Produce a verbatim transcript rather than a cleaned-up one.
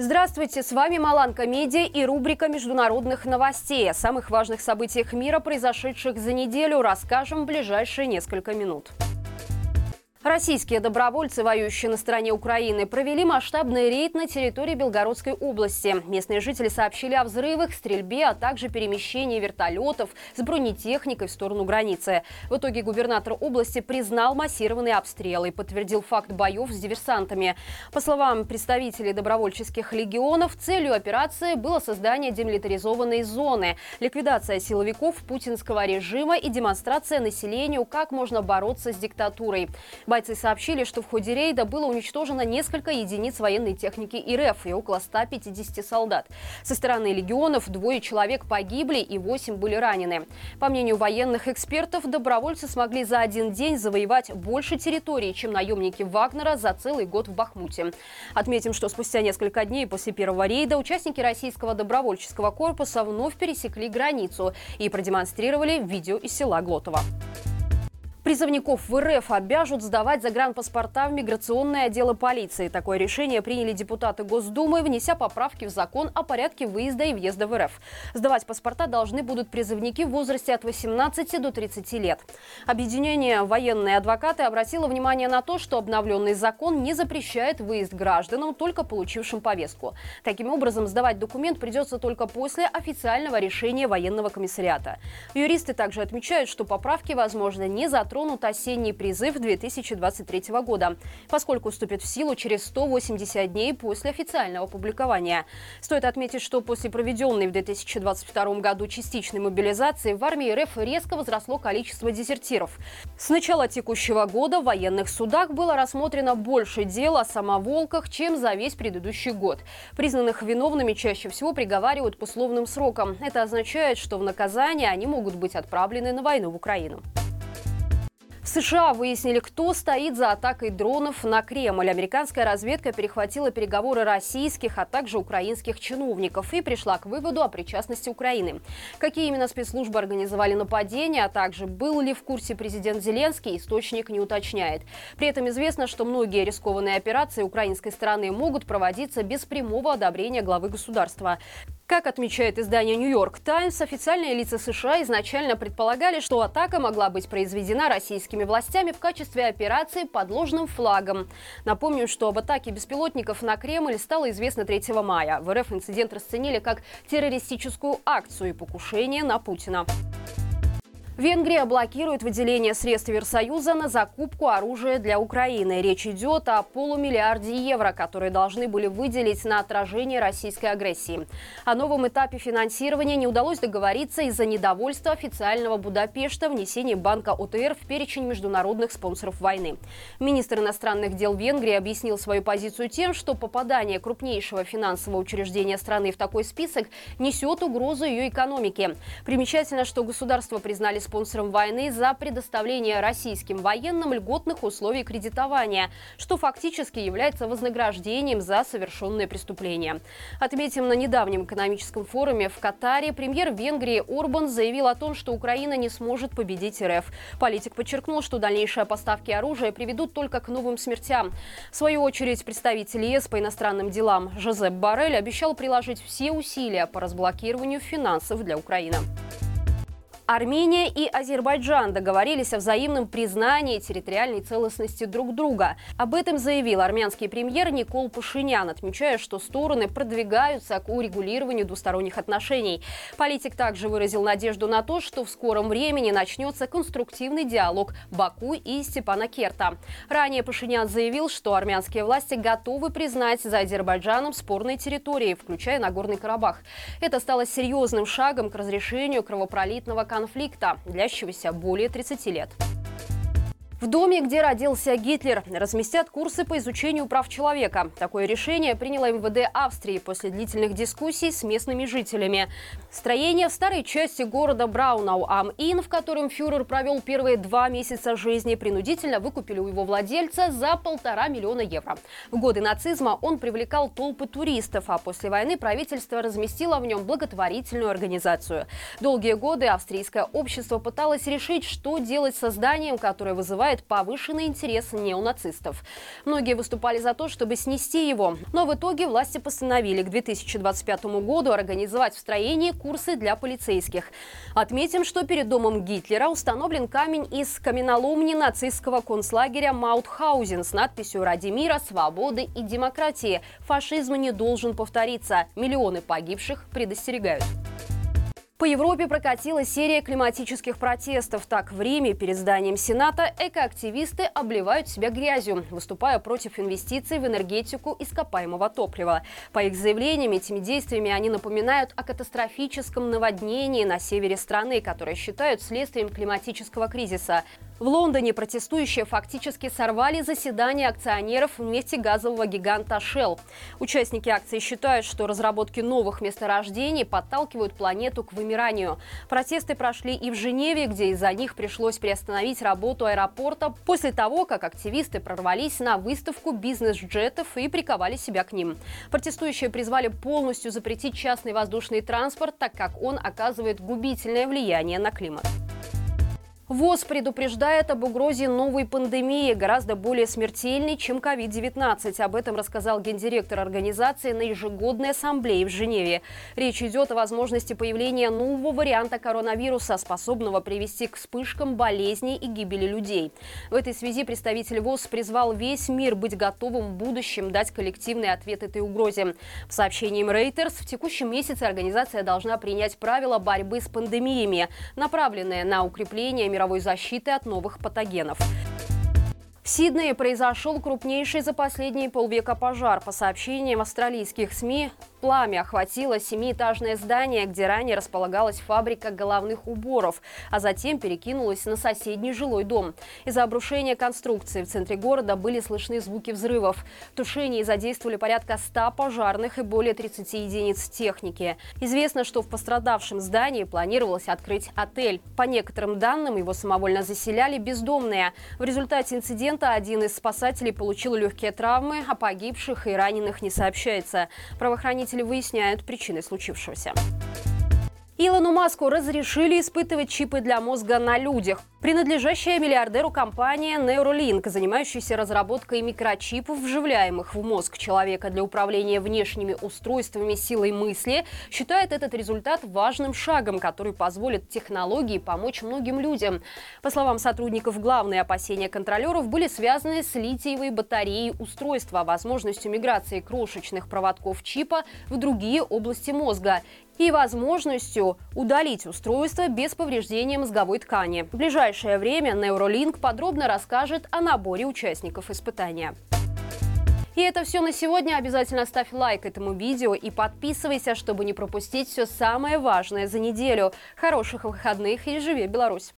Здравствуйте, с вами Маланка Медиа и рубрика международных новостей. О самых важных событиях мира, произошедших за неделю, расскажем в ближайшие несколько минут. Российские добровольцы, воюющие на стороне Украины, провели масштабный рейд на территории Белгородской области. Местные жители сообщили о взрывах, стрельбе, а также перемещении вертолетов с бронетехникой в сторону границы. В итоге губернатор области признал массированные обстрелы и подтвердил факт боев с диверсантами. По словам представителей добровольческих легионов, целью операции было создание демилитаризованной зоны, ликвидация силовиков путинского режима и демонстрация населению, как можно бороться с диктатурой. Бойцы сообщили, что в ходе рейда было уничтожено несколько единиц военной техники РФ и около ста пятидесяти солдат. Со стороны легионов двое человек погибли и восемь были ранены. По мнению военных экспертов, добровольцы смогли за один день завоевать больше территорий, чем наемники Вагнера за целый год в Бахмуте. Отметим, что спустя несколько дней после первого рейда участники российского добровольческого корпуса вновь пересекли границу и продемонстрировали видео из села Глотово. Призывников в РФ обяжут сдавать загранпаспорта в миграционные отделы полиции. Такое решение приняли депутаты Госдумы, внеся поправки в закон о порядке выезда и въезда в РФ. Сдавать паспорта должны будут призывники в возрасте от восемнадцати до тридцати лет. Объединение «Военные адвокаты» обратило внимание на то, что обновленный закон не запрещает выезд гражданам, только получившим повестку. Таким образом, сдавать документ придется только после официального решения военного комиссариата. Юристы также отмечают, что поправки, возможно, не затронут тронут осенний призыв две тысячи двадцать третьего года, поскольку вступит в силу через сто восемьдесят дней после официального публикования. Стоит отметить, что после проведенной в две тысячи двадцать втором году частичной мобилизации в армии РФ резко возросло количество дезертиров. С начала текущего года в военных судах было рассмотрено больше дел о самоволках, чем за весь предыдущий год. Признанных виновными чаще всего приговаривают к условным срокам. Это означает, что в наказание они могут быть отправлены на войну в Украину. В США выяснили, кто стоит за атакой дронов на Кремль. Американская разведка перехватила переговоры российских, а также украинских чиновников и пришла к выводу о причастности Украины. Какие именно спецслужбы организовали нападение, а также был ли в курсе президент Зеленский, источник не уточняет. При этом известно, что многие рискованные операции украинской стороны могут проводиться без прямого одобрения главы государства. Как отмечает издание «Нью-Йорк Таймс», официальные лица США изначально предполагали, что атака могла быть произведена российскими властями в качестве операции под ложным флагом. Напомню, что об атаке беспилотников на Кремль стало известно третьего мая. В РФ инцидент расценили как террористическую акцию и покушение на Путина. Венгрия блокирует выделение средств Евросоюза на закупку оружия для Украины. Речь идет о полумиллиарде евро, которые должны были выделить на отражение российской агрессии. О новом этапе финансирования не удалось договориться из-за недовольства официального Будапешта внесением банка ОТР в перечень международных спонсоров войны. Министр иностранных дел Венгрии объяснил свою позицию тем, что попадание крупнейшего финансового учреждения страны в такой список несет угрозу ее экономике. Примечательно, что государство признали спонсором войны за предоставление российским военным льготных условий кредитования, что фактически является вознаграждением за совершенные преступления. Отметим, на недавнем экономическом форуме в Катаре премьер Венгрии Орбан заявил о том, что Украина не сможет победить РФ. Политик подчеркнул, что дальнейшие поставки оружия приведут только к новым смертям. В свою очередь, представитель ЕС по иностранным делам Жозеп Боррель обещал приложить все усилия по разблокированию финансов для Украины. Армения и Азербайджан договорились о взаимном признании территориальной целостности друг друга. Об этом заявил армянский премьер Никол Пашинян, отмечая, что стороны продвигаются к урегулированию двусторонних отношений. Политик также выразил надежду на то, что в скором времени начнется конструктивный диалог Баку и Степанакерта. Ранее Пашинян заявил, что армянские власти готовы признать за Азербайджаном спорные территории, включая Нагорный Карабах. Это стало серьезным шагом к разрешению кровопролитного конфликта. конфликта, длящегося более тридцати лет. В доме, где родился Гитлер, разместят курсы по изучению прав человека. Такое решение приняло эм вэ дэ Австрии после длительных дискуссий с местными жителями. Строение в старой части города Браунау-ам-Ин, в котором фюрер провел первые два месяца жизни, принудительно выкупили у его владельца за полтора миллиона евро. В годы нацизма он привлекал толпы туристов, а после войны правительство разместило в нем благотворительную организацию. Долгие годы австрийское общество пыталось решить, что делать со зданием, которое вызывает вызывает повышенный интерес неонацистов. Многие выступали за то, чтобы снести его. Но в итоге власти постановили к две тысячи двадцать пятому году организовать в строении курсы для полицейских. Отметим, что перед домом Гитлера установлен камень из каменоломни нацистского концлагеря Маутхаузен с надписью «Ради мира, свободы и демократии. Фашизм не должен повториться. Миллионы погибших предостерегают». По Европе прокатилась серия климатических протестов. Так, в Риме перед зданием Сената экоактивисты обливают себя грязью, выступая против инвестиций в энергетику ископаемого топлива. По их заявлениям, этими действиями они напоминают о катастрофическом наводнении на севере страны, которое считают следствием климатического кризиса. В Лондоне протестующие фактически сорвали заседание акционеров в нефтегазового гиганта Shell. Участники акции считают, что разработки новых месторождений подталкивают планету к вымиранию. Протесты прошли и в Женеве, где из-за них пришлось приостановить работу аэропорта после того, как активисты прорвались на выставку бизнес-джетов и приковали себя к ним. Протестующие призвали полностью запретить частный воздушный транспорт, так как он оказывает губительное влияние на климат. ВОЗ предупреждает об угрозе новой пандемии, гораздо более смертельной, чем ковид девятнадцать. Об этом рассказал гендиректор организации на ежегодной ассамблее в Женеве. Речь идет о возможности появления нового варианта коронавируса, способного привести к вспышкам болезней и гибели людей. В этой связи представитель ВОЗ призвал весь мир быть готовым в будущем дать коллективный ответ этой угрозе. В сообщении Reuters, в текущем месяце организация должна принять правила борьбы с пандемиями, направленные на укрепление мировой мировой защиты от новых патогенов. В Сиднее произошел крупнейший за последние полвека пожар. По сообщениям австралийских СМИ, пламя охватило семиэтажное здание, где ранее располагалась фабрика головных уборов, а затем перекинулось на соседний жилой дом. Из-за обрушения конструкции в центре города были слышны звуки взрывов. В тушении задействовали порядка ста пожарных и более тридцати единиц техники. Известно, что в пострадавшем здании планировалось открыть отель. По некоторым данным, его самовольно заселяли бездомные. В результате инцидента один из спасателей получил легкие травмы, а погибших и раненых не сообщается. Правоохранители выясняют причины случившегося. Илону Маску разрешили испытывать чипы для мозга на людях. Принадлежащая миллиардеру компания Neuralink, занимающаяся разработкой микрочипов, вживляемых в мозг человека для управления внешними устройствами силой мысли, считает этот результат важным шагом, который позволит технологии помочь многим людям. По словам сотрудников, главные опасения контролеров были связаны с литиевой батареей устройства, возможностью миграции крошечных проводков чипа в другие области мозга и возможностью удалить устройство без повреждения мозговой ткани. В ближайшее время Neuralink подробно расскажет о наборе участников испытания. И это все на сегодня. Обязательно ставь лайк этому видео и подписывайся, чтобы не пропустить все самое важное за неделю. Хороших выходных и живи Беларусь!